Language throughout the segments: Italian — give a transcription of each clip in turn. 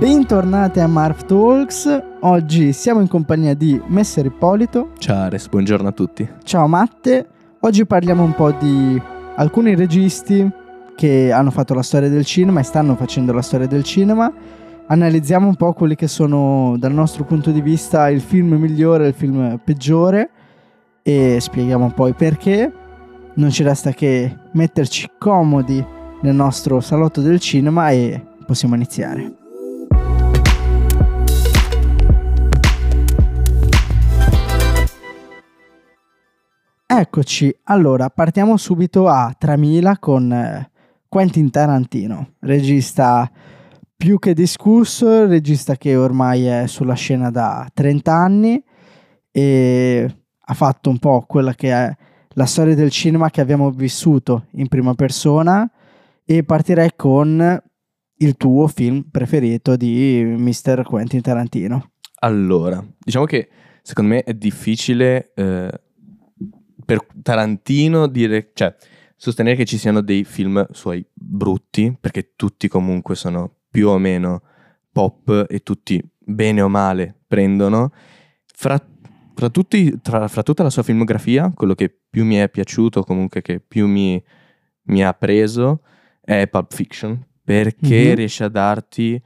Bentornati a Marv Talks. Oggi siamo in compagnia di Messer Ippolito. Ciao Ares, buongiorno a tutti. Ciao Matte. Oggi parliamo un po' di alcuni registi che hanno fatto la storia del cinema e stanno facendo la storia del cinema. Analizziamo un po' quelli che sono, dal nostro punto di vista, il film migliore e il film peggiore e spieghiamo poi perché. Non ci resta che metterci comodi nel nostro salotto del cinema e possiamo iniziare. Eccoci, allora partiamo subito a 3000 con Quentin Tarantino, regista più che discusso, regista che ormai è sulla scena da 30 anni e ha fatto un po' quella che è la storia del cinema che abbiamo vissuto in prima persona e partirei con il tuo film preferito di Mr. Quentin Tarantino. Allora, diciamo che secondo me è difficile per Tarantino sostenere che ci siano dei film suoi brutti, perché tutti comunque sono più o meno pop e tutti bene o male prendono. Fra tutta la sua filmografia, quello che più mi è piaciuto, comunque che più mi ha preso, è Pulp Fiction, perché riesce a darti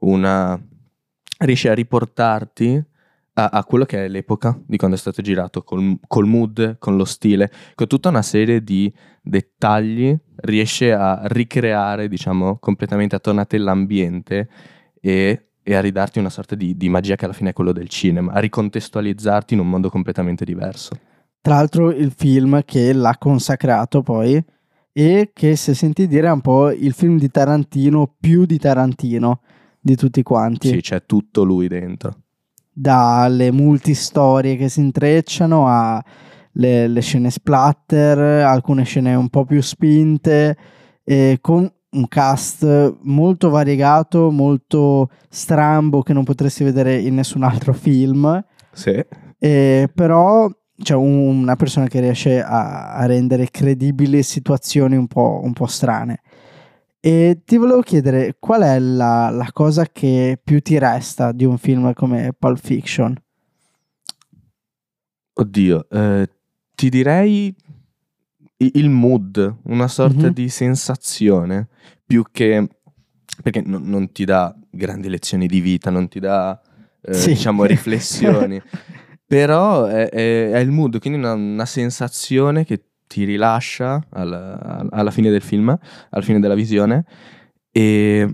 riesce a riportarti a quello che è l'epoca di quando è stato girato, col mood, con lo stile, con tutta una serie di dettagli, riesce a ricreare, diciamo, completamente a l'ambiente e a ridarti una sorta di magia che alla fine è quello del cinema, a ricontestualizzarti in un mondo completamente diverso. Tra l'altro il film che l'ha consacrato poi e che, se senti dire, è un po' il film di Tarantino più di Tarantino di tutti quanti. Sì, c'è tutto lui dentro. Dalle multistorie che si intrecciano a le scene splatter, alcune scene un po' più spinte, con un cast molto variegato, molto strambo che non potresti vedere in nessun altro film. Sì. Però c'è una persona che riesce a rendere credibili situazioni un po' strane. E ti volevo chiedere qual è la cosa che più ti resta di un film come Pulp Fiction? Oddio, ti direi il mood, una sorta di sensazione, più che... perché non ti dà grandi lezioni di vita, non ti dà, diciamo, riflessioni, però è il mood, quindi una sensazione che ti rilascia alla fine del film, alla fine della visione, e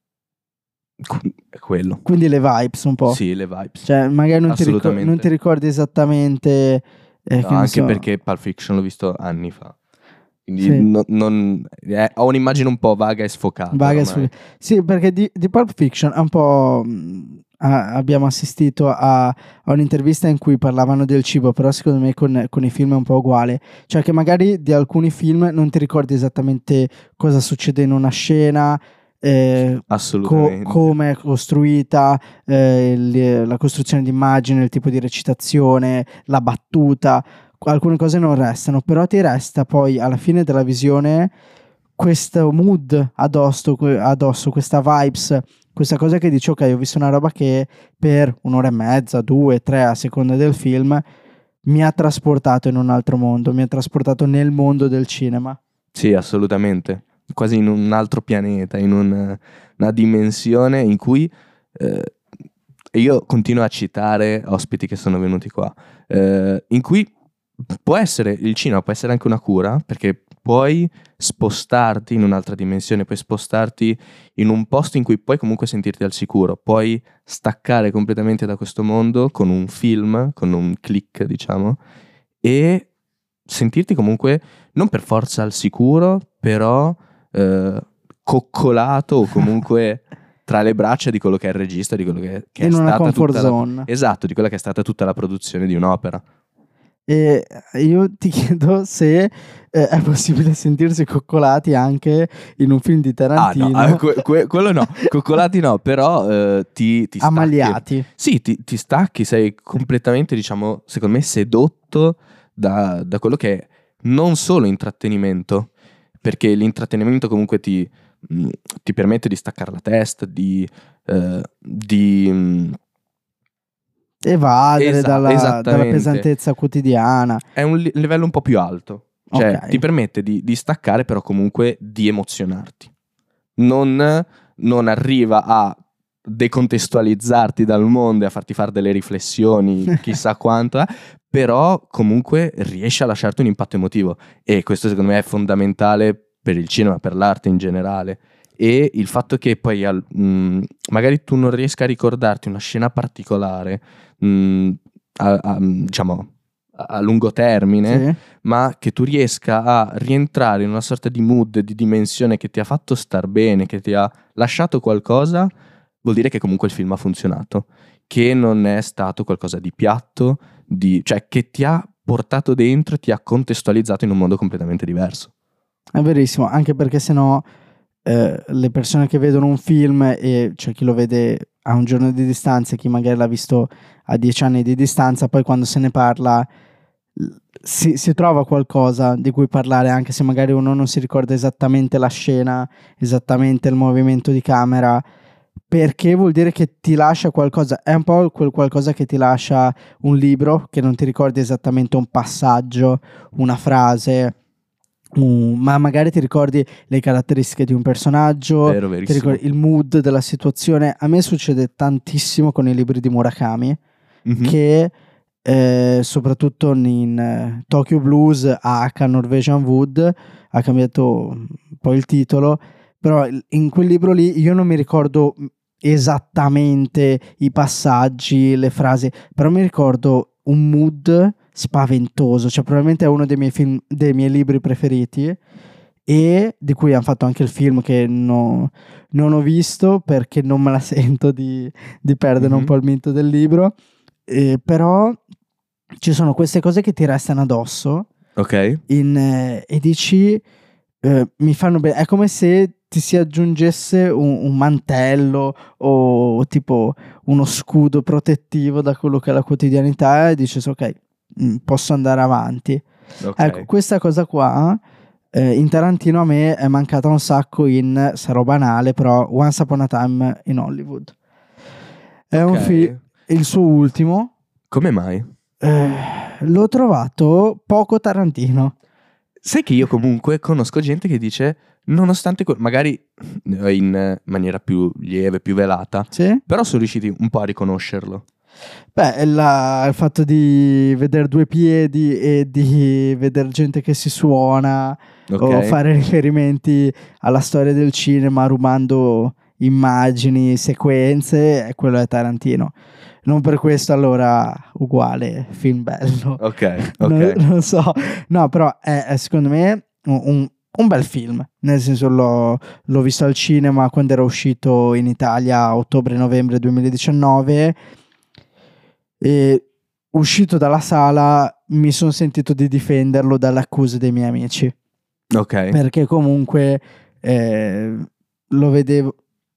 è quello. Quindi le vibes un po'. Sì, le vibes. Cioè magari non Assolutamente. ti ricordi esattamente. No, anche perché Pulp Fiction l'ho visto anni fa. Quindi sì. Ho un'immagine un po' vaga e sfocata. Sì, perché di Pulp Fiction è un po'... abbiamo assistito a un'intervista in cui parlavano del cibo, però secondo me con i film è un po' uguale. Cioè che magari di alcuni film non ti ricordi esattamente cosa succede in una scena, assolutamente. come è costruita, la costruzione di immagine, il tipo di recitazione, la battuta. Alcune cose non restano, però ti resta poi alla fine della visione questo mood addosso, questa vibes, questa cosa che dici ok, ho visto una roba che per un'ora e mezza, 2, 3 a seconda del film mi ha trasportato in un altro mondo, mi ha trasportato nel mondo del cinema. Sì, assolutamente, quasi in un altro pianeta, in una dimensione in cui io continuo a citare ospiti che sono venuti qua, in cui il cinema può essere anche una cura, perché puoi spostarti in un'altra dimensione, puoi spostarti in un posto in cui puoi comunque sentirti al sicuro, puoi staccare completamente da questo mondo con un film, con un click, diciamo, e sentirti comunque non per forza al sicuro, però coccolato o comunque tra le braccia di quello che è il regista, di quello che è in stata una comfort tutta zone. Esatto, di quella che è stata tutta la produzione di un'opera. E io ti chiedo se è possibile sentirsi coccolati anche in un film di Tarantino. Ah, no, quello no, coccolati no, però ti stacchi. Ammaliati. Sì, ti stacchi, sei completamente, diciamo, secondo me sedotto da quello che è non solo intrattenimento, perché l'intrattenimento comunque ti ti permette di staccare la testa, di evadere dalla esattamente. pesantezza quotidiana. È un livello un po' più alto. Cioè, Ok. ti permette di staccare, però comunque di emozionarti. Non arriva a decontestualizzarti dal mondo e a farti fare delle riflessioni, chissà quanto, però comunque riesce a lasciarti un impatto emotivo. E questo secondo me è fondamentale per il cinema, per l'arte in generale. E il fatto che poi magari tu non riesca a ricordarti una scena particolare, diciamo a lungo termine, Sì. ma che tu riesca a rientrare in una sorta di mood, di dimensione che ti ha fatto star bene, che ti ha lasciato qualcosa, vuol dire che comunque il film ha funzionato, che non è stato qualcosa di piatto, cioè che ti ha portato dentro e ti ha contestualizzato in un mondo completamente diverso. È verissimo, anche perché sennò le persone che vedono un film, e cioè chi lo vede a un giorno di distanza e chi magari l'ha visto a 10 anni di distanza, poi quando se ne parla si trova qualcosa di cui parlare, anche se magari uno non si ricorda esattamente la scena, esattamente il movimento di camera, perché vuol dire che ti lascia qualcosa. È un po' quel qualcosa che ti lascia un libro, che non ti ricordi esattamente un passaggio, una frase, ma magari ti ricordi le caratteristiche di un personaggio, Vero, ti verissimo. ricordi il mood della situazione. A me succede tantissimo con i libri di Murakami, Mhm. che soprattutto in Tokyo Blues H Norwegian Wood ha cambiato poi il titolo, però in quel libro lì io non mi ricordo esattamente i passaggi, le frasi, però mi ricordo un mood spaventoso, cioè probabilmente è uno dei miei film, dei miei libri preferiti, e di cui hanno fatto anche il film che non ho visto perché non me la sento di perdere un Mhm. po' il mito del libro. Però ci sono queste cose che ti restano addosso Ok. e dici mi fanno bene. È come se ti si aggiungesse un mantello o tipo uno scudo protettivo da quello che è la quotidianità, e dici ok, posso andare avanti. Ok. Ecco, questa cosa qua in Tarantino a me è mancata un sacco in, sarò banale, però Once Upon a Time in Hollywood. È un Ok. il suo ultimo. Come mai? L'ho trovato poco Tarantino. Sai che io comunque conosco gente che dice, nonostante magari in maniera più lieve, più velata, Sì? però sono riusciti un po' a riconoscerlo. Beh, il fatto di vedere due piedi e di vedere gente che si suona Ok. o fare riferimenti alla storia del cinema rubando immagini, sequenze, quello è Tarantino. Non per questo allora uguale film bello. Ok. Non so. No, però è secondo me un bel film. Nel senso l'ho visto al cinema quando era uscito in Italia a ottobre-novembre 2019, e uscito dalla sala mi sono sentito di difenderlo dalle accuse dei miei amici, Ok. perché comunque lo vedevo.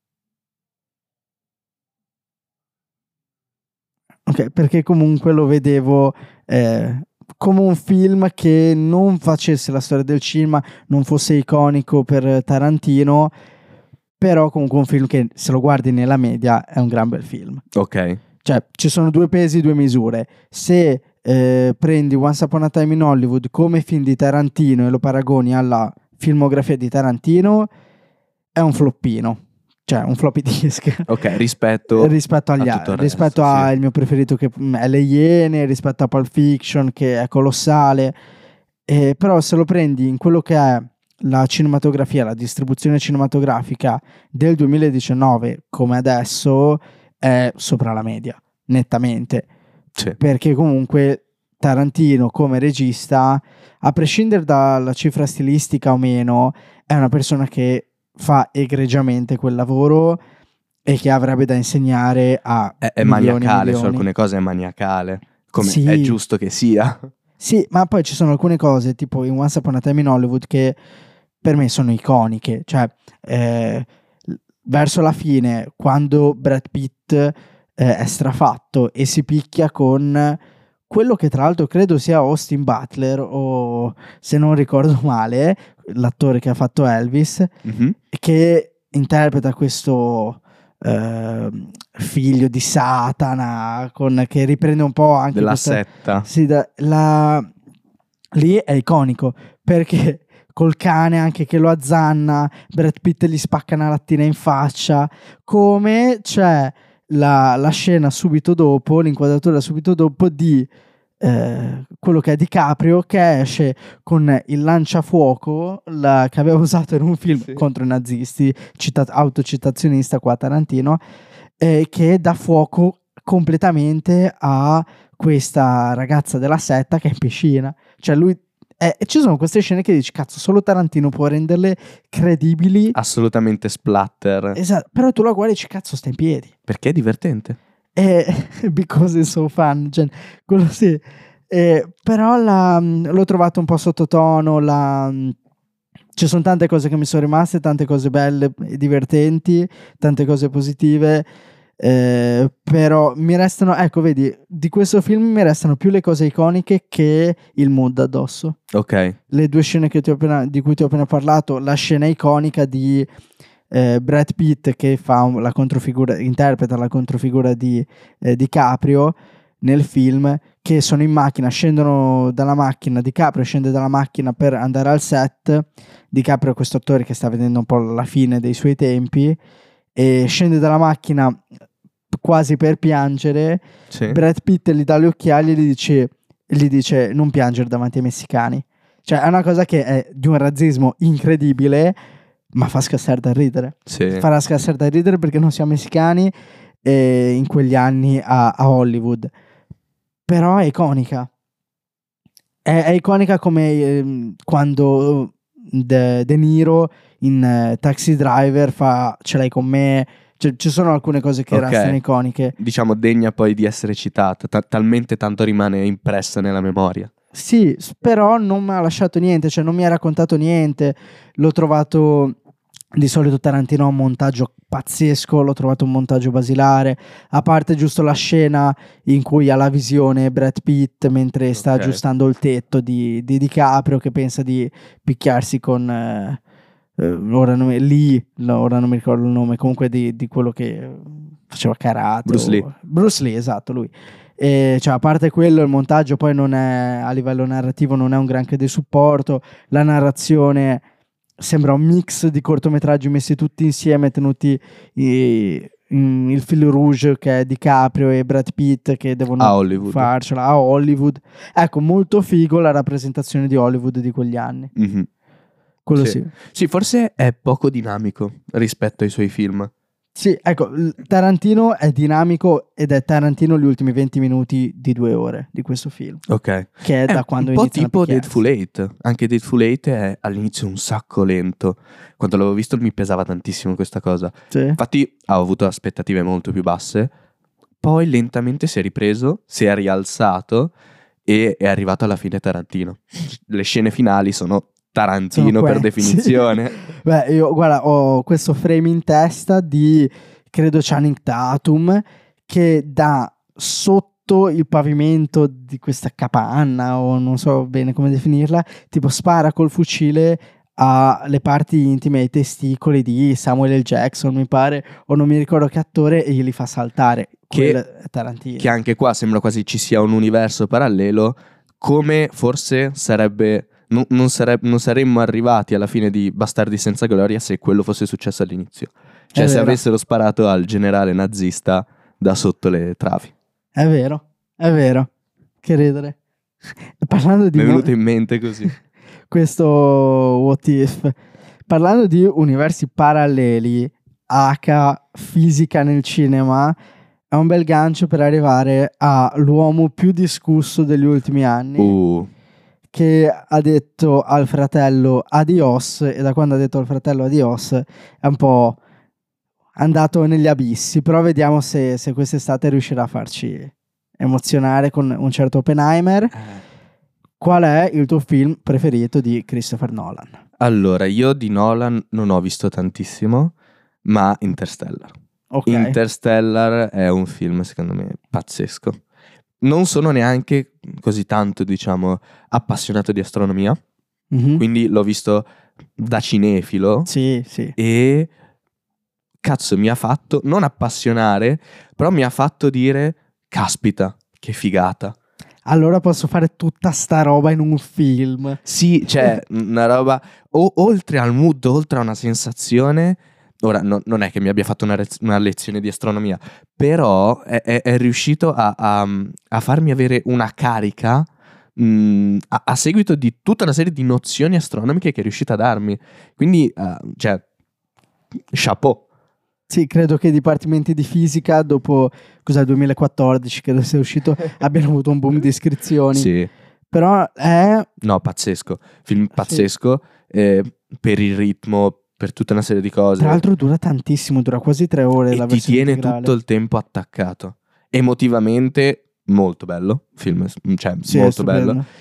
Ok, perché comunque lo vedevo come un film che non facesse la storia del cinema, non fosse iconico per Tarantino, però comunque un film che se lo guardi nella media è un gran bel film. Ok. Cioè, ci sono due pesi, due misure. Se prendi Once Upon a Time in Hollywood come film di Tarantino e lo paragoni alla filmografia di Tarantino, è un floppino. Cioè, un floppy disk. Ok, rispetto agli a tutto altri, il rispetto resto, sì. al mio preferito che è Le Iene, rispetto a Pulp Fiction che è colossale. Però se lo prendi in quello che è la cinematografia, la distribuzione cinematografica del 2019 come adesso, è sopra la media, nettamente. Sì. Perché comunque Tarantino come regista, a prescindere dalla cifra stilistica o meno, è una persona che fa egregiamente quel lavoro e che avrebbe da insegnare a È milioni e maniacale, su milioni. alcune cose è maniacale, come Sì. è giusto che sia. Sì, ma poi ci sono alcune cose, tipo in Once Upon a Time in Hollywood, che per me sono iconiche. Cioè, verso la fine, quando Brad Pitt è strafatto e si picchia con quello che tra l'altro credo sia Austin Butler, o se non ricordo male, l'attore che ha fatto Elvis, che interpreta questo figlio di Satana, che riprende un po' anche della setta. Sì, lì è iconico perché col cane anche che lo azzanna, Brad Pitt gli spacca una lattina in faccia, come c'è la scena subito dopo, l'inquadratura subito dopo di quello che è DiCaprio che esce con il lanciafuoco che aveva usato in un film contro i nazisti, autocitazionista qua Tarantino, che dà fuoco completamente a questa ragazza della setta che è in piscina. Cioè lui ci sono queste scene che dici cazzo, solo Tarantino può renderle credibili, assolutamente splatter. Esatto, però tu la guardi e dici cazzo, sta in piedi perché è divertente. Because it's so fun, cioè, quello sì. Però l'ho trovato un po' sottotono, ci sono tante cose che mi sono rimaste, tante cose belle e divertenti, tante cose positive, però mi restano, ecco vedi, di questo film mi restano più le cose iconiche che il mood addosso. Ok. Le due scene di cui ti ho appena parlato, la scena iconica di Brad Pitt che fa interpreta la controfigura di DiCaprio nel film, che sono in macchina, scendono dalla macchina, DiCaprio scende dalla macchina per andare al set, DiCaprio è questo attore che sta vedendo un po' la fine dei suoi tempi e scende dalla macchina quasi per piangere, sì. Brad Pitt gli dà gli occhiali e gli dice non piangere davanti ai messicani, cioè è una cosa che è di un razzismo incredibile, ma fa scassare da ridere. Sì. Farà scassare da ridere perché non siamo messicani in quegli anni a Hollywood. Però è iconica. È iconica come quando De Niro in Taxi Driver fa ce l'hai con me. Cioè, ci sono alcune cose che restano iconiche. Diciamo degna poi di essere citata. Talmente tanto rimane impressa nella memoria. Sì, però non mi ha lasciato niente, cioè non mi ha raccontato niente. L'ho trovato, di solito Tarantino ha un montaggio pazzesco, l'ho trovato un montaggio basilare, a parte giusto la scena in cui ha la visione Brad Pitt mentre sta aggiustando il tetto di DiCaprio, che pensa di picchiarsi con ora non mi ricordo il nome, comunque di quello che faceva karate, Bruce Lee, esatto, lui. E, cioè, a parte quello, il montaggio poi non è, a livello narrativo non è un granché di supporto, la narrazione sembra un mix di cortometraggi messi tutti insieme, tenuti il fil rouge che è DiCaprio e Brad Pitt che devono farcela a Hollywood. Ecco, molto figo la rappresentazione di Hollywood di quegli anni. Mm-hmm. Quello sì. Sì, forse è poco dinamico rispetto ai suoi film. Sì, ecco, Tarantino è dinamico ed è Tarantino gli ultimi 20 minuti di 2 ore di questo film. Ok. Che è da quando un po' iniziano tipo Deadful 8. Anche Deadful 8 è all'inizio un sacco lento. Quando l'avevo visto mi pesava tantissimo questa cosa. Sì. Infatti ho avuto aspettative molto più basse. Poi lentamente si è ripreso, si è rialzato e è arrivato alla fine Tarantino. Le scene finali sono Tarantino per definizione. Sì. Beh, io guarda, ho questo frame in testa di credo Channing Tatum che da sotto il pavimento di questa capanna, o non so bene come definirla, tipo spara col fucile alle parti intime, ai testicoli di Samuel L. Jackson, mi pare, o non mi ricordo che attore, e glieli fa saltare. Che Tarantino. Che anche qua sembra quasi ci sia un universo parallelo, come forse sarebbe... Non saremmo arrivati alla fine di Bastardi senza gloria se quello fosse successo all'inizio. Cioè se avessero sparato al generale nazista da sotto le travi. È vero. Che ridere. Parlando di... Mi è venuto in mente così. Questo what if. Parlando di universi paralleli, H fisica nel cinema, è un bel gancio per arrivare all'uomo più discusso degli ultimi anni. Che ha detto al fratello adios, e da quando ha detto al fratello adios è un po' andato negli abissi, però vediamo se quest'estate riuscirà a farci emozionare con un certo Oppenheimer. Qual è il tuo film preferito di Christopher Nolan? Allora, io di Nolan non ho visto tantissimo, ma Interstellar. Okay. Interstellar è un film secondo me pazzesco. non sono neanche così tanto, diciamo, appassionato di astronomia, Mhm. quindi l'ho visto da cinefilo Sì. e cazzo mi ha fatto non appassionare, però mi ha fatto dire caspita, che figata. Allora posso fare tutta sta roba in un film. Sì, cioè una roba oltre al mood, oltre a una sensazione. Ora non è che mi abbia fatto una lezione di astronomia, però è riuscito a farmi avere una carica a seguito di tutta una serie di nozioni astronomiche che è riuscita a darmi. Quindi, cioè, chapeau. Sì, credo che i dipartimenti di fisica dopo, cos'è, 2014, credo sia uscito, abbiano avuto un boom di iscrizioni. Sì. Però è... No, pazzesco. Film pazzesco, per il ritmo, per tutta una serie di cose. Tra l'altro dura tantissimo, dura quasi 3 ore la E ti versione tiene integrale. tutto il tempo attaccato. Emotivamente molto bello, film, cioè Sì, è molto stupendo. bello.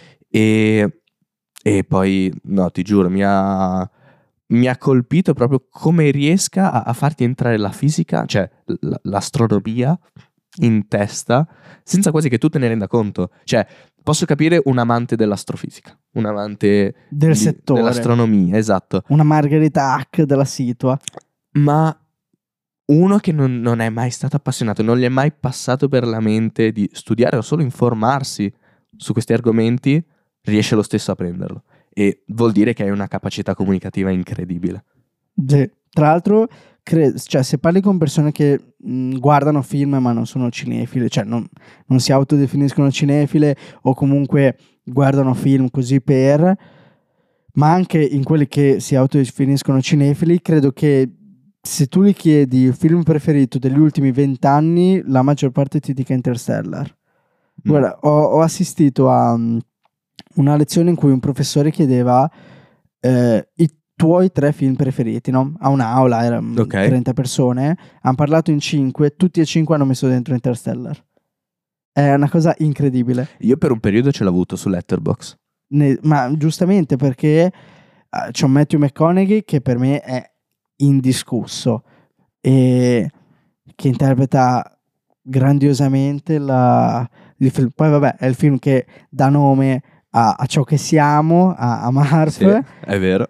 E poi, no, ti giuro, mi ha colpito proprio come riesca a farti entrare la fisica, cioè l'astronomia in testa, senza quasi che tu te ne renda conto. Cioè, posso capire un amante dell'astrofisica, un amante Del settore. dell'astronomia, esatto. Una Margherita Hack della situa. Ma uno che non è mai stato appassionato, non gli è mai passato per la mente di studiare o solo informarsi su questi argomenti, riesce lo stesso a prenderlo. E vuol dire che hai una capacità comunicativa incredibile. Sì. Tra l'altro, cioè, se parli con persone che guardano film ma non sono cinefile, cioè non si autodefiniscono cinefile o comunque guardano film così per... Ma anche in quelli che si autodefiniscono cinefili, credo che se tu gli chiedi il film preferito degli ultimi 20 anni, la maggior parte ti dica Interstellar. Guarda, ho assistito a una lezione in cui un professore chiedeva i tuoi 3 film preferiti, no? A un'aula, erano Ok. 30 persone, hanno parlato in 5, tutti e 5 hanno messo dentro Interstellar. È una cosa incredibile. Io per un periodo ce l'ho avuto su Letterboxd. Ma giustamente perché c'è un Matthew McConaughey che per me è indiscusso e che interpreta grandiosamente il film. Poi vabbè, è il film che dà nome a ciò che siamo, a Marv. Sì, è vero.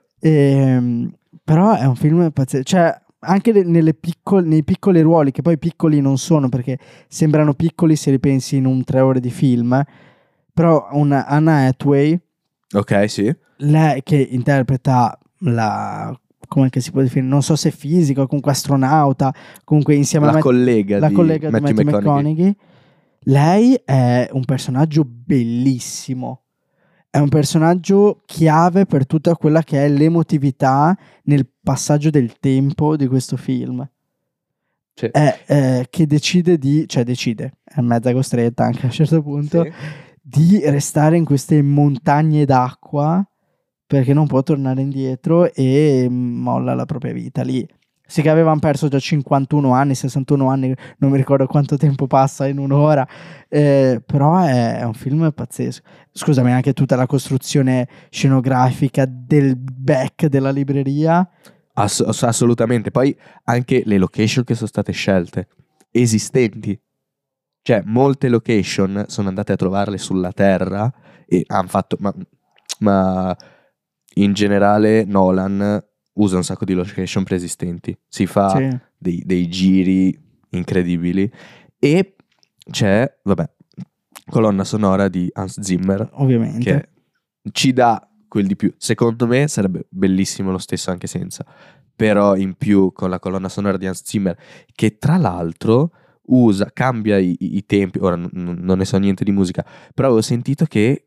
Però è un film pazzesco, cioè anche nei piccoli ruoli, che poi piccoli non sono perché sembrano piccoli se li pensi in un 3 ore di film, però una Anna Hathaway, Ok, sì. lei che interpreta come che si può definire, non so se fisica o comunque astronauta, comunque insieme La collega di Matthew Matthew McConaughey, lei è un personaggio bellissimo. È un personaggio chiave per tutta quella che è l'emotività nel passaggio del tempo di questo film. Sì. Che decide, è mezza costretta anche a un certo punto, Sì. di restare in queste montagne d'acqua perché non può tornare indietro e molla la propria vita lì. Sì che avevano perso già 51 anni, 61 anni, non mi ricordo quanto tempo passa in un'ora, però è un film pazzesco. Scusami, anche tutta la costruzione scenografica del back della libreria. Assolutamente. Poi anche le location che sono state scelte, esistenti. Cioè, molte location sono andate a trovarle sulla Terra e hanno fatto... Ma in generale Nolan usa un sacco di location preesistenti. Si fa Sì. dei giri incredibili. E c'è, vabbè, colonna sonora di Hans Zimmer, Ovviamente. che ci dà quel di più. Secondo me sarebbe bellissimo lo stesso anche senza. Però in più con la colonna sonora di Hans Zimmer, che tra l'altro cambia i tempi. Ora non ne so niente di musica, però avevo sentito che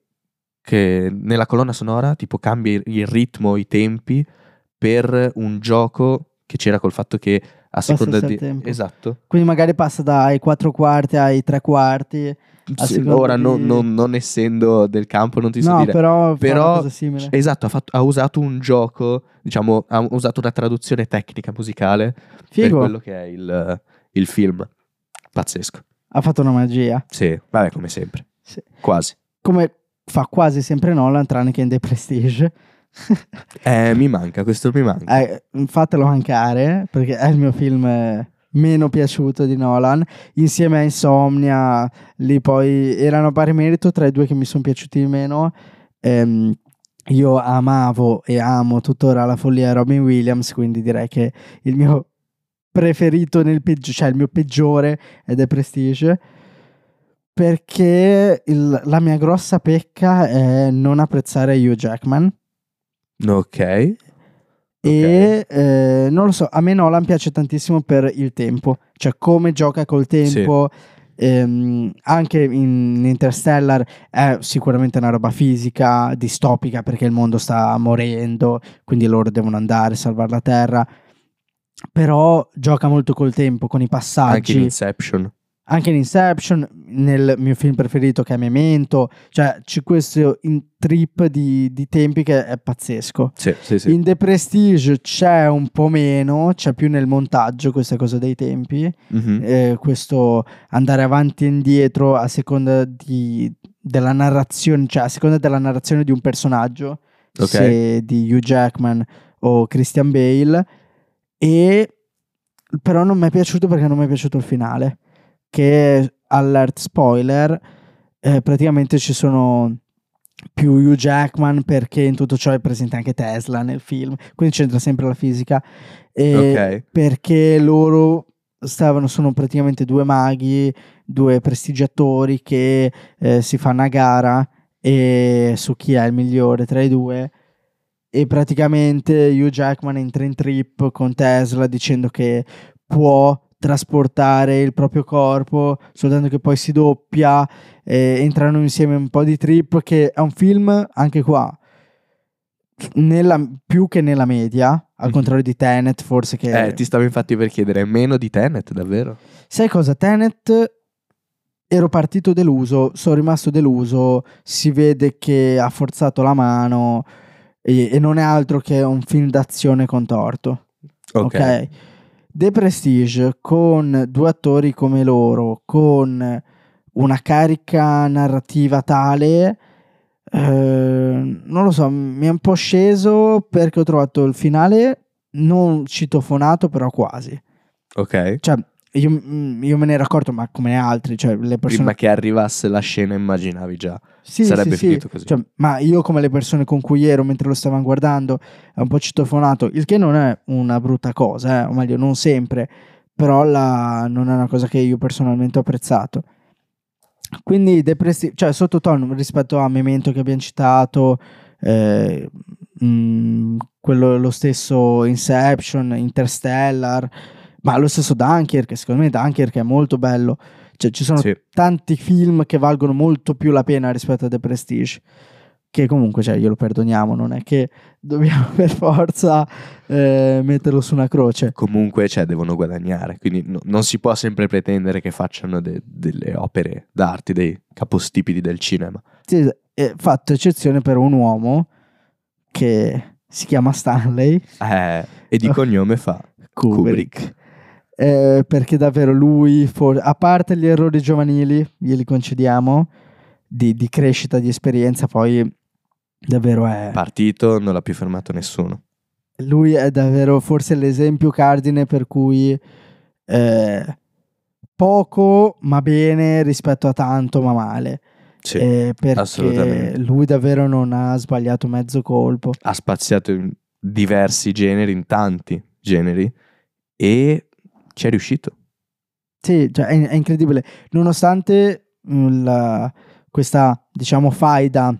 nella colonna sonora tipo cambia il ritmo, i tempi per un gioco che c'era col fatto che a seconda il di... tempo. Esatto. Quindi magari passa dai 4 quarti ai 3 quarti. Sì, ora non essendo del campo non ti so dire. Però fa una cosa simile. Esatto, ha usato un gioco, diciamo, ha usato una traduzione tecnica musicale Figo. per quello che è il film. Pazzesco. Ha fatto una magia. Sì, vabbè, come sempre. Sì. Quasi. Come fa quasi sempre Nolan, tranne che in The Prestige. Mi manca, questo mi manca. Fatelo mancare, perché è il mio film meno piaciuto di Nolan, insieme a Insomnia. Lì poi erano a pari merito tra i due che mi sono piaciuti di meno. Io amavo e amo tuttora la follia di Robin Williams, quindi direi che il mio preferito cioè il mio peggiore è The Prestige, perché la mia grossa pecca è non apprezzare Hugh Jackman. Ok. E non lo so, a me Nolan piace tantissimo per il tempo, cioè come gioca col tempo. Anche in Interstellar è sicuramente una roba fisica, distopica, perché il mondo sta morendo, quindi loro devono andare a salvare la Terra, però gioca molto col tempo, con i passaggi. Anche in Inception, nel mio film preferito che è Memento, cioè c'è questo trip di tempi che è pazzesco. Sì. In The Prestige c'è un po' meno, c'è più nel montaggio questa cosa dei tempi, questo andare avanti e indietro a seconda della narrazione, cioè a seconda della narrazione di un personaggio, se di Hugh Jackman o Christian Bale, però non mi è piaciuto perché non mi è piaciuto il finale, che alert spoiler, praticamente ci sono più Hugh Jackman, perché in tutto ciò è presente anche Tesla nel film, quindi c'entra sempre la fisica, perché loro sono praticamente due maghi, due prestigiatori che si fanno a gara su chi è il migliore tra i due, e praticamente Hugh Jackman entra in trip con Tesla dicendo che può trasportare il proprio corpo, soltanto che poi si doppia, entrano insieme un po' di trip, che è un film anche qua più che nella media, al contrario di Tenet forse, che ti stavo infatti per chiedere, meno di Tenet davvero? Sai cosa? Tenet ero partito deluso, sono rimasto deluso, si vede che ha forzato la mano e non è altro che un film d'azione contorto. Ok. The Prestige, con due attori come loro, con una carica narrativa tale, non lo so, mi è un po' sceso, perché ho trovato il finale non citofonato, però quasi. Ok. Cioè, io me ne ero accorto, ma come altri, cioè le persone... Prima che arrivasse la scena immaginavi già sarebbe finito così. Cioè, ma io, come le persone con cui ero mentre lo stavano guardando, è un po' citofonato, il che non è una brutta cosa, o meglio, non sempre, però non è una cosa che io personalmente ho apprezzato. Quindi cioè sottotono rispetto a Memento che abbiamo citato, quello, lo stesso Inception, Interstellar, ma lo stesso Dunkirk, secondo me Dunkirk è molto bello. Cioè ci sono tanti film che valgono molto più la pena rispetto a The Prestige, che comunque, cioè, glielo perdoniamo, non è che dobbiamo per forza metterlo su una croce. Comunque, cioè, devono guadagnare, quindi non si può sempre pretendere che facciano delle opere d'arte, dei capostipiti del cinema. Sì, fatto eccezione per un uomo che si chiama Stanley e di cognome fa Kubrick. Perché davvero lui, a parte gli errori giovanili, glieli concediamo, di crescita, di esperienza, poi davvero è partito, non l'ha più fermato nessuno. Lui è davvero forse l'esempio cardine per cui poco ma bene rispetto a tanto ma male. Sì, perché assolutamente. Lui davvero non ha sbagliato mezzo colpo. Ha spaziato in diversi generi, in tanti generi, e ci è riuscito. Sì, cioè è incredibile. Nonostante questa, diciamo, faida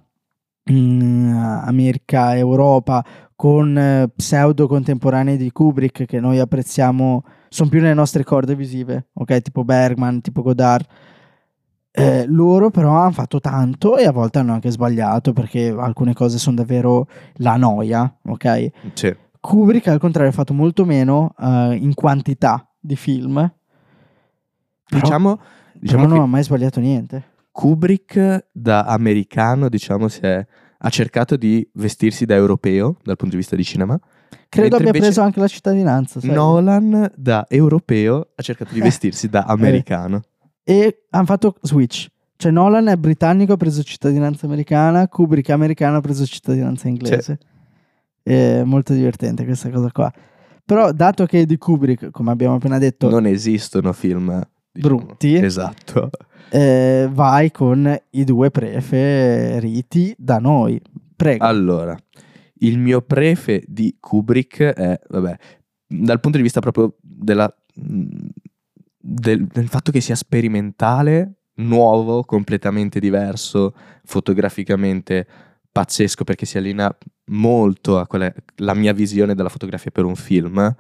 America-Europa con pseudo contemporanei di Kubrick che noi apprezziamo, sono più nelle nostre corde visive, ok? Tipo Bergman, tipo Godard. Loro però hanno fatto tanto e a volte hanno anche sbagliato, perché alcune cose sono davvero la noia, ok? Sì. Kubrick al contrario ha fatto molto meno in quantità di film, diciamo però non ha mai sbagliato niente. Kubrick da americano, diciamo, ha cercato di vestirsi da europeo dal punto di vista di cinema. Credo abbia preso anche la cittadinanza, sai? Nolan da europeo ha cercato di vestirsi da americano. E hanno fatto switch. Cioè Nolan è britannico, ha preso cittadinanza americana, Kubrick è americano, ha preso cittadinanza inglese. È molto divertente questa cosa qua. Però dato che di Kubrick, come abbiamo appena detto, non esistono film, diciamo, brutti, esatto. vai con i 2 preferiti da noi. Prego. Allora, il mio prefe di Kubrick è, vabbè, dal punto di vista proprio del fatto che sia sperimentale, nuovo, completamente diverso, fotograficamente pazzesco, perché si allinea molto a quella la mia visione della fotografia per un film.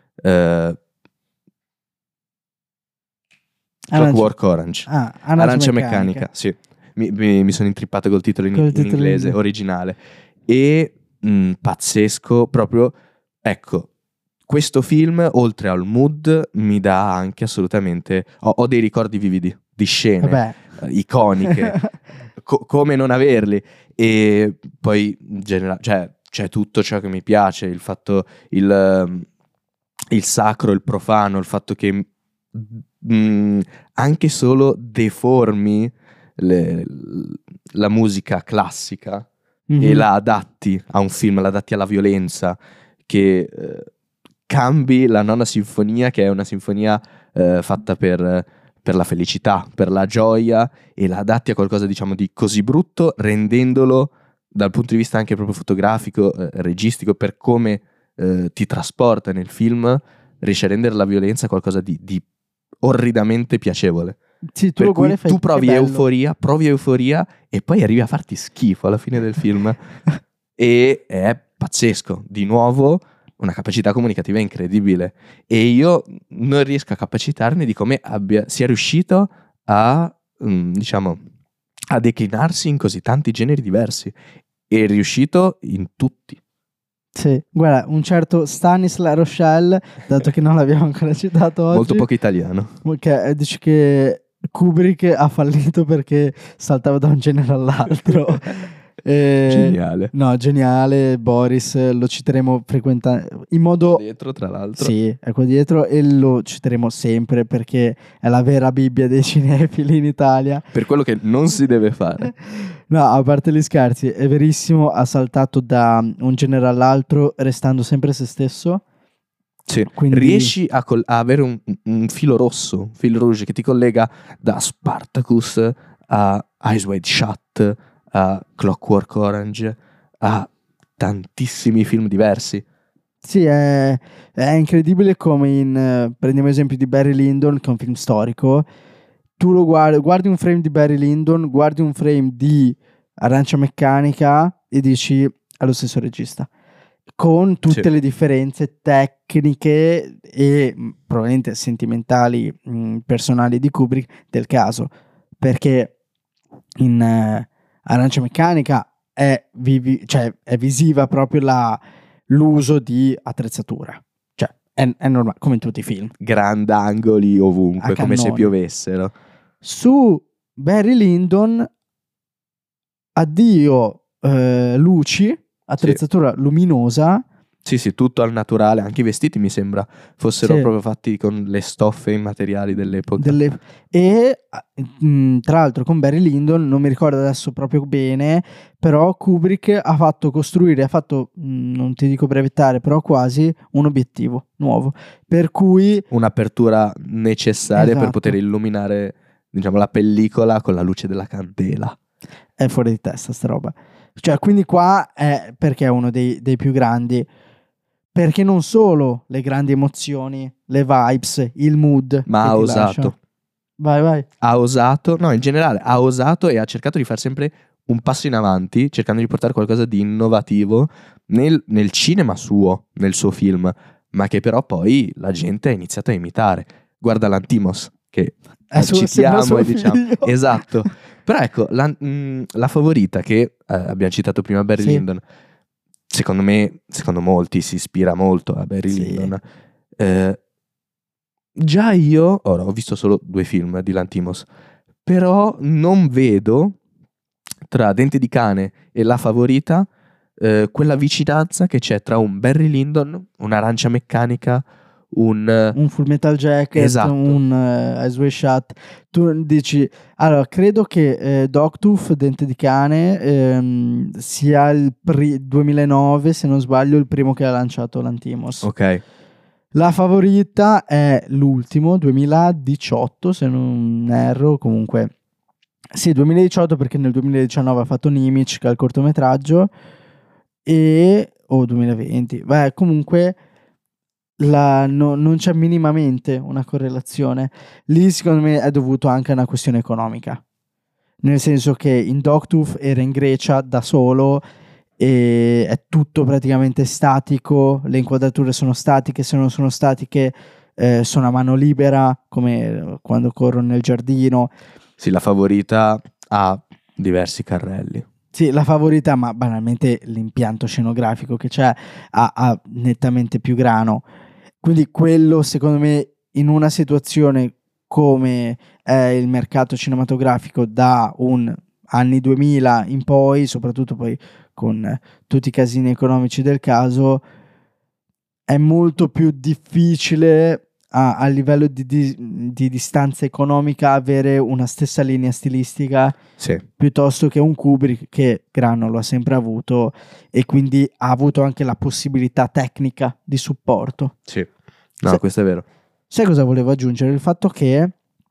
Clockwork Orange. Arancia meccanica, sì. Mi sono intrippato col titolo in inglese originale. E pazzesco, proprio, ecco, questo film, oltre al mood, mi dà anche assolutamente... Ho dei ricordi vividi di scene iconiche, come non averli. E poi, cioè, c'è tutto ciò che mi piace, il fatto, il sacro, il profano, il fatto che anche solo deformi la musica classica e la adatti a un film, la adatti alla violenza, che cambi la nona sinfonia, che è una sinfonia fatta per la felicità, per la gioia, e la adatti a qualcosa, diciamo, di così brutto, rendendolo dal punto di vista anche proprio fotografico, registico, per come ti trasporta nel film, riesce a rendere la violenza qualcosa di orridamente piacevole. Sì, per cui tu provi euforia e poi arrivi a farti schifo alla fine del film. E è pazzesco. Di nuovo, una capacità comunicativa incredibile. E io non riesco a capacitarmi di come sia riuscito a, diciamo, a declinarsi in così tanti generi diversi. E è riuscito in tutti. Sì, guarda, un certo Stanis La Rochelle, dato che non l'abbiamo ancora citato oggi, molto poco italiano, che dice che Kubrick ha fallito perché saltava da un genere all'altro. Geniale. No, geniale. Boris lo citeremo in modo dietro, tra l'altro. Sì, è qua dietro, e lo citeremo sempre perché è la vera Bibbia dei cinefili in Italia. Per quello che non si deve fare. No, a parte gli scherzi, è verissimo, ha saltato da un genere all'altro restando sempre se stesso. Sì. Quindi riesci a avere un filo rosso, un fil rouge che ti collega da Spartacus a Eyes Wide Shut, a Clockwork Orange, a tantissimi film diversi. Sì, è incredibile come prendiamo esempio di Barry Lyndon, che è un film storico. Tu lo guardi un frame di Barry Lyndon, guardi un frame di Arancia Meccanica e dici è lo stesso regista, con tutte le differenze tecniche e probabilmente sentimentali, personali di Kubrick del caso, perché in Arancia Meccanica è visiva proprio l'uso di attrezzatura, cioè è normale, come in tutti i film, grandangoli ovunque, come se piovessero. Su Barry Lyndon, addio luci, attrezzatura luminosa. Sì, tutto al naturale, anche i vestiti mi sembra fossero proprio fatti con le stoffe immateriali dell'epoca. E tra l'altro con Barry Lyndon, non mi ricordo adesso proprio bene, però Kubrick ha fatto costruire, non ti dico brevettare, però quasi un obiettivo nuovo, per cui un'apertura necessaria per poter illuminare, diciamo, la pellicola con la luce della candela. È fuori di testa sta roba. Cioè, quindi qua è perché è uno dei più grandi, perché non solo le grandi emozioni, le vibes, il mood, ma ha osato. Vai. Ha osato, no, in generale ha osato e ha cercato di fare sempre un passo in avanti, cercando di portare qualcosa di innovativo nel cinema suo, nel suo film, ma che però poi la gente ha iniziato a imitare. Guarda l'Antimos, che citiamo e diciamo, esatto. Però ecco, la favorita che abbiamo citato prima, Barry Lyndon, secondo molti si ispira molto a Barry Lyndon. Già io, ora ho visto solo 2 film di Lanthimos, però non vedo tra Dente di Cane e La Favorita quella vicinanza che c'è tra un Barry Lyndon, un'Arancia Meccanica, un Full Metal Jacket, esatto. Un Eyes Wide Shut. Tu dici, allora credo che Dogtooth, Dente di Cane, sia il 2009, se non sbaglio, il primo che ha lanciato Lanthimos. Ok. La favorita è l'ultimo, 2018, se non erro, comunque. Sì, 2018 perché nel 2019 ha fatto Nimic, che è il cortometraggio, o 2020. Beh, comunque non c'è minimamente una correlazione. Lì secondo me è dovuto anche a una questione economica. Nel senso che in Dogtooth era in Grecia da solo e è tutto praticamente statico, le inquadrature sono statiche, se non sono statiche sono a mano libera, come quando corrono nel giardino. Sì, la favorita ha diversi carrelli. Sì, la favorita, ma banalmente l'impianto scenografico che c'è ha nettamente più grano. Quindi quello, secondo me, in una situazione come è il mercato cinematografico da un anni 2000 in poi, soprattutto poi con tutti i casini economici del caso, è molto più difficile a livello di distanza economica avere una stessa linea stilistica Sì, piuttosto che un Kubrick che grano lo ha sempre avuto e quindi ha avuto anche la possibilità tecnica di supporto. sì. No, Sai, questo è vero. sai cosa volevo aggiungere? Il fatto che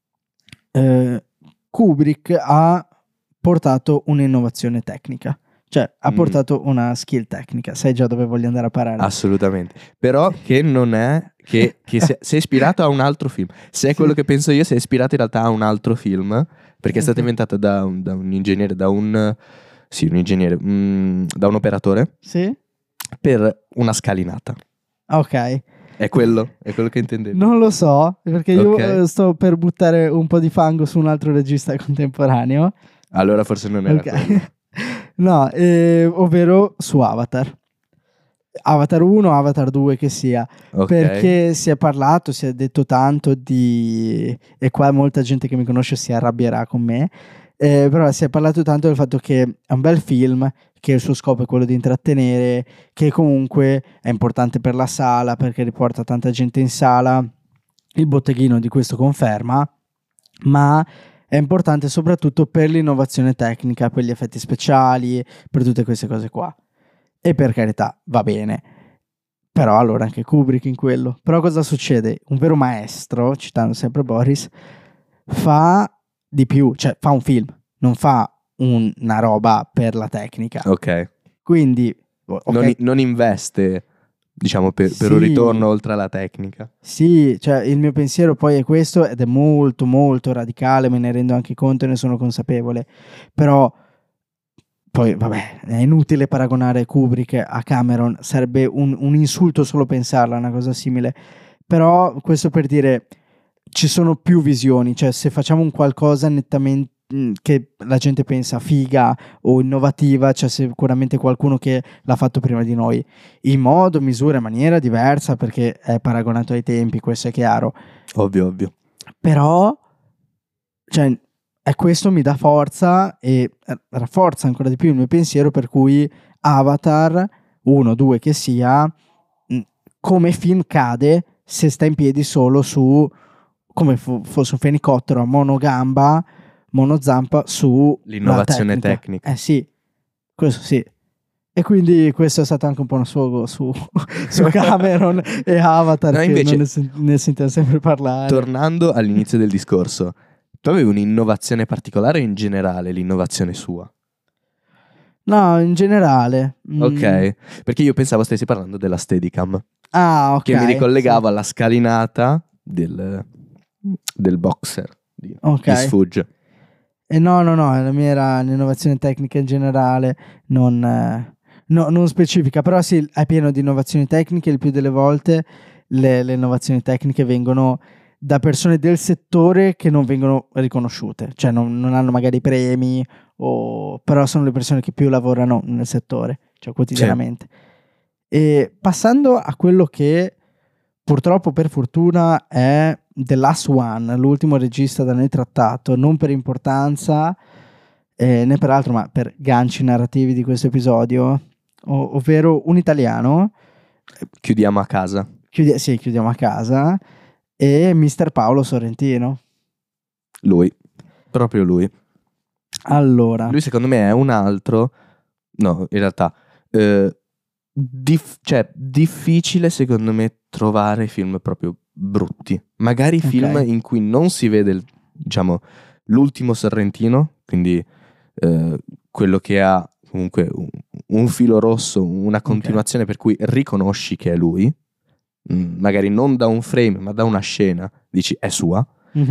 Kubrick ha portato un'innovazione tecnica, cioè ha portato una skill tecnica. Sai già dove voglio andare a parare? Assolutamente. Però che non è che si è ispirato a un altro film. Se è Sì. quello che penso io, si è ispirato in realtà a un altro film, perché è stato Ok. inventato da un ingegnere, un ingegnere, da un operatore Sì? per una scalinata. Ok. È quello che intendevi. Non lo so, perché io Ok. sto per buttare un po' di fango su un altro regista contemporaneo. Allora forse non era quello. Ok. No, ovvero su Avatar. Avatar 1, Avatar 2 che sia, Ok. perché si è parlato, si è detto tanto di... e qua molta gente che mi conosce si arrabbierà con me, però si è parlato tanto del fatto che è un bel film, che il suo scopo è quello di intrattenere, che comunque è importante per la sala perché riporta tanta gente in sala, il botteghino di questo conferma, ma è importante soprattutto per l'innovazione tecnica, per gli effetti speciali, per tutte queste cose qua. E per carità, va bene. Però allora anche Kubrick in quello. Però cosa succede? Un vero maestro, citando sempre Boris, fa di più, cioè fa un film, non fa una roba per la tecnica. Ok. Quindi, ok, Non investe, diciamo, per un sì, ritorno oltre alla tecnica. sì, cioè il mio pensiero poi è questo ed è molto molto radicale, me ne rendo anche conto e ne sono consapevole. Però poi, vabbè, è inutile paragonare Kubrick a Cameron, sarebbe un insulto solo pensarla, una cosa simile. Però questo per dire, ci sono più visioni, cioè se facciamo un qualcosa nettamente che la gente pensa figa o innovativa, c'è sicuramente qualcuno che l'ha fatto prima di noi, in modo, misura, in maniera diversa, perché è paragonato ai tempi, questo è chiaro. Ovvio, ovvio. Però, cioè, questo mi dà forza e rafforza ancora di più il mio pensiero per cui Avatar 1, 2 che sia, come film cade se sta in piedi solo su, come fosse un fenicottero a monogamba, monozampa su la L'innovazione tecnica. tecnica. Sì, questo sì. E quindi questo è stato anche un po' uno sfogo su Cameron e Avatar, No, che non invece, ne sentiamo sempre parlare. tornando all'inizio del discorso, tu avevi un'innovazione particolare o in generale l'innovazione sua? No, in generale. Ok, perché io pensavo stessi parlando della Steadicam, Ah, ok. che mi Sì. ricollegava alla scalinata del boxer Ok. di Sfugge. E no, la mia era l'innovazione tecnica in generale, non specifica, però sì, è pieno di innovazioni tecniche, il più delle volte le innovazioni tecniche vengono da persone del settore che non vengono riconosciute, cioè non hanno magari premi, però sono le persone che più lavorano nel settore, cioè Sì. quotidianamente. E passando a quello che purtroppo per fortuna è The Last One, l'ultimo regista da noi trattato, non per importanza né per altro, ma per ganci narrativi di questo episodio, ovvero un italiano, Chiudiamo a casa. sì, chiudiamo a casa, e Mister Paolo Sorrentino. Lui. Proprio lui. Allora, Lui secondo me è un altro. No, in realtà. eh, cioè, difficile secondo me trovare film proprio brutti. Magari film in cui non si vede, diciamo, l'ultimo Sorrentino, quindi quello che ha comunque un filo rosso, una continuazione per cui riconosci che è lui, magari non da un frame ma da una scena, dici è sua,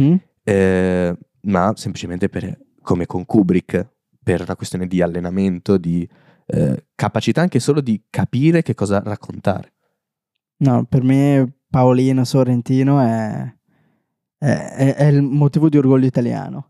ma semplicemente come con Kubrick, per una questione di allenamento, di capacità anche solo di capire che cosa raccontare. No, per me Paolino Sorrentino è il motivo di orgoglio italiano.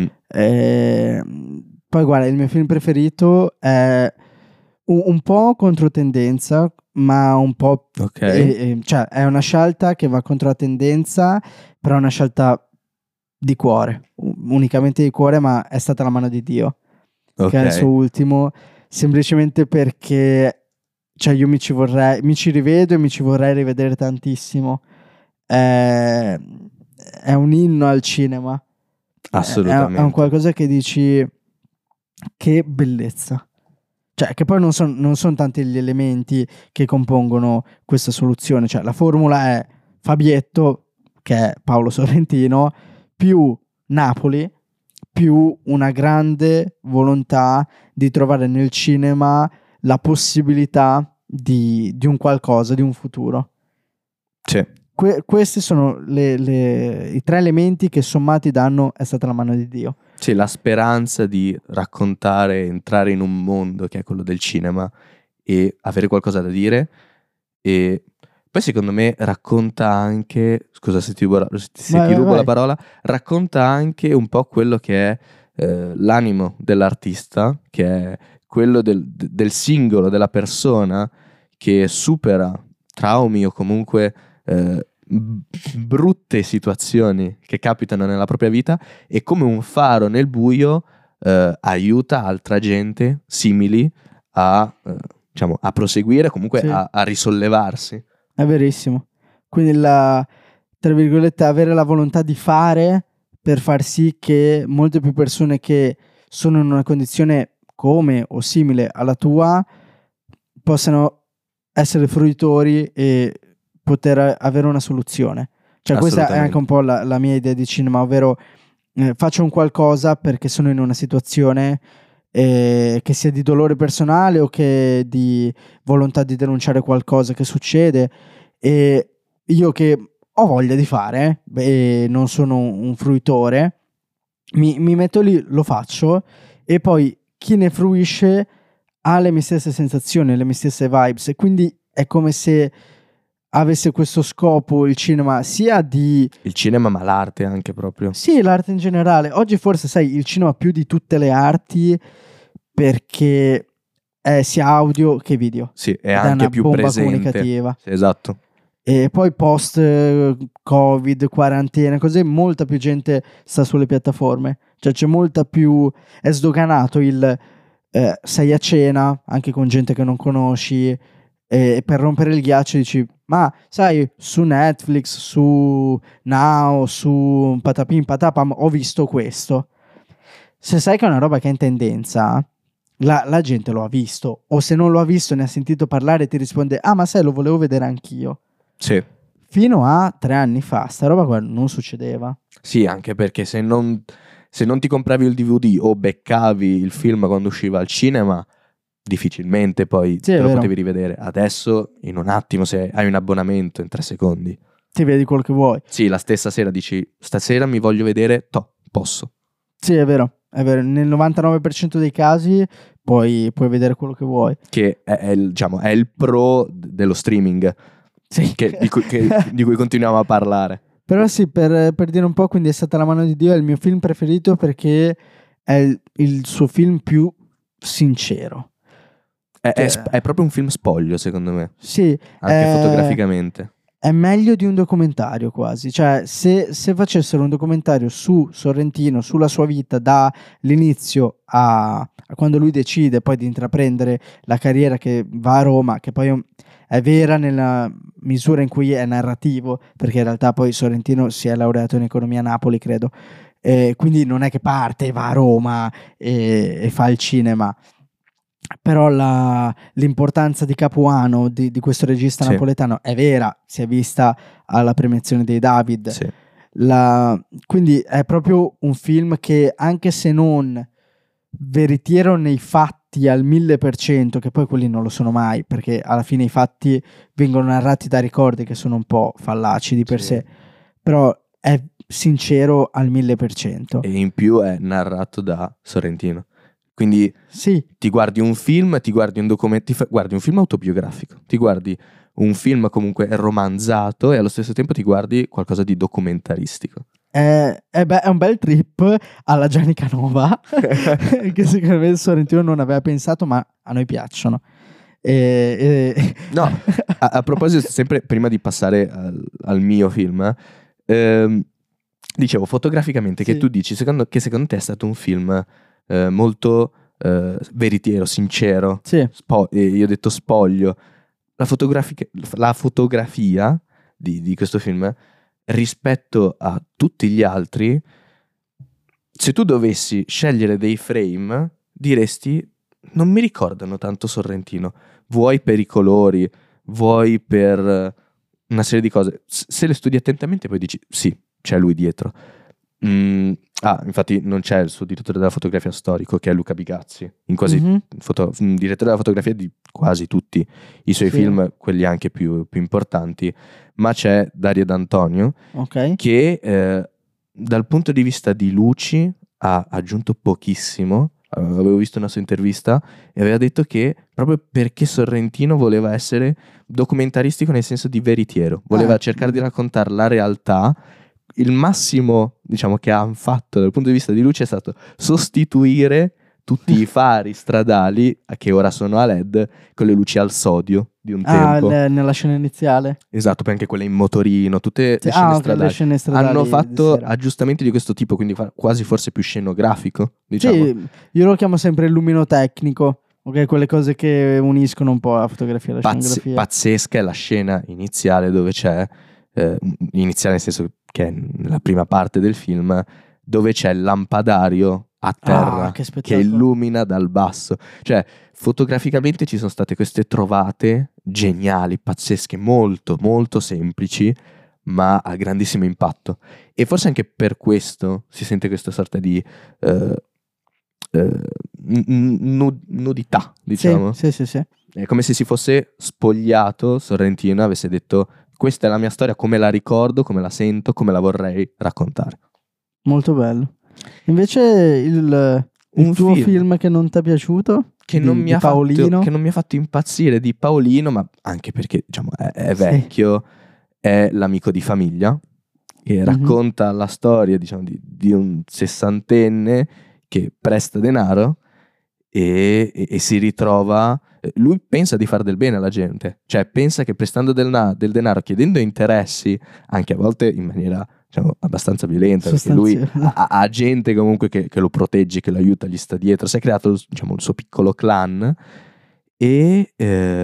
Poi guarda, il mio film preferito è un po' controtendenza, ma un po' cioè è una scelta che va contro la tendenza, però è una scelta di cuore, unicamente di cuore, ma è stata la mano di Dio, che è il suo ultimo, semplicemente perché cioè io mi ci rivedo e mi ci vorrei rivedere tantissimo. È un inno al cinema. Assolutamente. È un qualcosa che dici che bellezza. Cioè, che poi non son tanti gli elementi che compongono questa soluzione. Cioè, la formula è Fabietto, che è Paolo Sorrentino, più Napoli, più una grande volontà di trovare nel cinema la possibilità di un qualcosa, di un futuro. Sì. Questi sono i tre elementi che sommati danno è stata la mano di Dio. Sì, la speranza di raccontare, entrare in un mondo che è quello del cinema e avere qualcosa da dire. E poi secondo me racconta anche, scusa se ti rubo la parola, racconta anche un po' quello che è l'animo dell'artista, che è quello del singolo, della persona che supera traumi o comunque brutte situazioni che capitano nella propria vita, e come un faro nel buio aiuta altra gente simili a proseguire, comunque a risollevarsi. È verissimo. Quindi tra virgolette, avere la volontà di fare per far sì che molte più persone che sono in una condizione come o simile alla tua possano essere fruitori e poter avere una soluzione. Cioè questa è anche un po' la mia idea di cinema, ovvero faccio un qualcosa perché sono in una situazione che sia di dolore personale o che di volontà di denunciare qualcosa che succede, e io che ho voglia di fare e non sono un fruitore, mi metto lì, lo faccio, e poi chi ne fruisce ha le mie stesse sensazioni, le mie stesse vibes, e quindi è come se avesse questo scopo il cinema, sia di... Il cinema, ma l'arte anche proprio. Sì, l'arte in generale. Oggi forse, sai, il cinema più di tutte le arti, perché è sia audio che video. Sì, è anche più presente. Comunicativa. Sì, esatto. E poi post Covid, quarantena, così, molta più gente sta sulle piattaforme. Cioè c'è molta più... È sdoganato il... sei a cena, anche con gente che non conosci, e per rompere il ghiaccio dici, ma sai, su Netflix, su Now, su Patapim Patapam ho visto questo. Se sai che è una roba che è in tendenza, la gente lo ha visto, o se non lo ha visto ne ha sentito parlare e ti risponde, ah ma sai, lo volevo vedere anch'io. Sì. Fino a 3 anni fa sta roba qua non succedeva. Sì, anche perché se non ti compravi il DVD o beccavi il film quando usciva al cinema, difficilmente poi te lo potevi rivedere. Adesso in un attimo, se hai un abbonamento, in 3 secondi ti vedi quello che vuoi. Sì, la stessa sera dici, stasera mi voglio vedere, posso. Sì, è vero. Nel 99% dei casi puoi vedere quello che vuoi. Che è il pro dello streaming. Sì. Di cui continuiamo a parlare. Però sì, per dire un po', quindi è stata la mano di Dio, è il mio film preferito perché è il suo film più sincero. È proprio un film spoglio, secondo me. Sì. Anche fotograficamente. È meglio di un documentario quasi. Cioè, se facessero un documentario su Sorrentino, sulla sua vita dall'inizio a quando lui decide poi di intraprendere la carriera che va a Roma, che poi è vera nella misura in cui è narrativo, perché in realtà poi Sorrentino si è laureato in economia a Napoli, credo. Quindi non è che parte, va a Roma e fa il cinema. Però l'importanza di Capuano, di questo regista Sì. napoletano, è vera, si è vista alla premiazione dei David. Sì. Quindi è proprio un film che, anche se non veritiero nei fatti al 1000%, che poi quelli non lo sono mai, perché alla fine i fatti vengono narrati da ricordi che sono un po' fallaci di per Sì. sé, però è sincero al 1000%. E in più è narrato da Sorrentino. Quindi Sì, ti guardi un film, ti guardi un documento, guardi un film autobiografico, ti guardi un film comunque romanzato e allo stesso tempo ti guardi qualcosa di documentaristico. è un bel trip alla Gianni Canova che secondo me il Sorrentino non aveva pensato, ma a noi piacciono. No, a proposito, sempre prima di passare al mio film, dicevo fotograficamente che Sì. tu dici che secondo te è stato un film molto veritiero, sincero. Sì. Io ho detto spoglio. La fotografia di questo film rispetto a tutti gli altri, se tu dovessi scegliere dei frame, diresti non mi ricordano tanto Sorrentino, vuoi per i colori, vuoi per una serie di cose. Se le studi attentamente poi dici sì, c'è lui dietro. Infatti non c'è il suo direttore della fotografia storico, che è Luca Bigazzi, direttore della fotografia di quasi tutti i suoi Sì. film, quelli anche più importanti, ma c'è Dario D'Antonio, Ok. che dal punto di vista di luci ha aggiunto pochissimo. Avevo visto una sua intervista e aveva detto che proprio perché Sorrentino voleva essere documentaristico nel senso di veritiero, voleva cercare di raccontare la realtà. Il massimo, diciamo, che hanno fatto dal punto di vista di luce è stato sostituire tutti i fari stradali, che ora sono a LED, con le luci al sodio di un tempo. Nella scena iniziale. Esatto, poi anche quelle in motorino, tutte Sì, le scene ok, stradali. le scene stradali Hanno di fatto sera. aggiustamenti di questo tipo, quindi quasi forse più scenografico, diciamo. Sì, io lo chiamo sempre il luminotecnico, ok, quelle cose che uniscono un po' la fotografia e la scenografia. Pazzesca è la scena iniziale dove c'è, iniziale nel senso che è nella prima parte del film, dove c'è il lampadario a terra che illumina dal basso. Cioè, fotograficamente ci sono state queste trovate geniali, pazzesche, molto, molto semplici, ma a grandissimo impatto. E forse anche per questo si sente questa sorta di nudità, diciamo. Sì. È come se si fosse spogliato Sorrentino e avesse detto: questa è la mia storia, come la ricordo, come la sento, come la vorrei raccontare. Molto bello. Invece il tuo film che non ti è piaciuto? Che non mi ha fatto impazzire di Paolino, ma anche perché, diciamo, è vecchio, è L'amico di famiglia, che racconta la storia, diciamo, di un sessantenne che presta denaro e si ritrova. Lui pensa di fare del bene alla gente, cioè pensa che prestando del denaro, chiedendo interessi, anche a volte in maniera, diciamo, abbastanza violenta, perché lui ha gente comunque che lo protegge, che lo aiuta, gli sta dietro, si è creato, diciamo, il suo piccolo clan e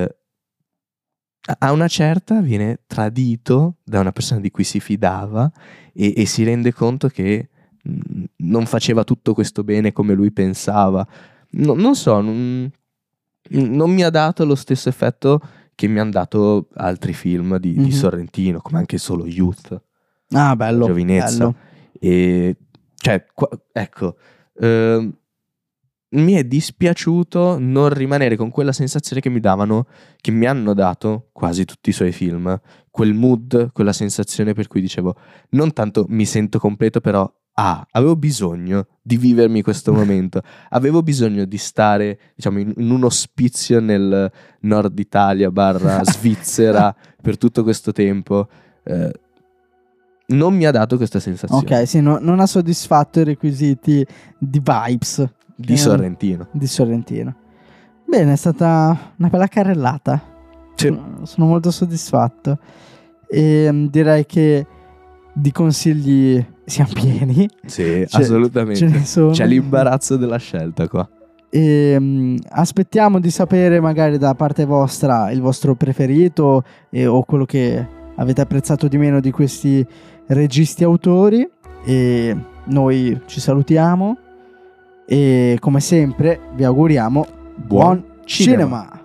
a una certa viene tradito da una persona di cui si fidava e si rende conto che non faceva tutto questo bene come lui pensava. Non so, non mi ha dato lo stesso effetto che mi hanno dato altri film di Sorrentino, come anche solo Youth. Ah, bello. Giovinezza. Bello. E cioè, ecco, mi è dispiaciuto non rimanere con quella sensazione che mi hanno dato quasi tutti i suoi film, quel mood, quella sensazione per cui dicevo, non tanto mi sento completo, però avevo bisogno di vivermi questo momento, avevo bisogno di stare, diciamo, in un ospizio nel nord Italia / Svizzera per tutto questo tempo. Non mi ha dato questa sensazione. Ok, sì, non ha soddisfatto i requisiti di vibes di Sorrentino. Bene, è stata una bella carrellata. Sì. Sono molto soddisfatto e direi che di consigli siamo pieni. Sì, assolutamente. Ce ne sono. C'è l'imbarazzo della scelta qua. E aspettiamo di sapere magari da parte vostra il vostro preferito o quello che avete apprezzato di meno di questi registi autori, e noi ci salutiamo e come sempre vi auguriamo buon Cinema.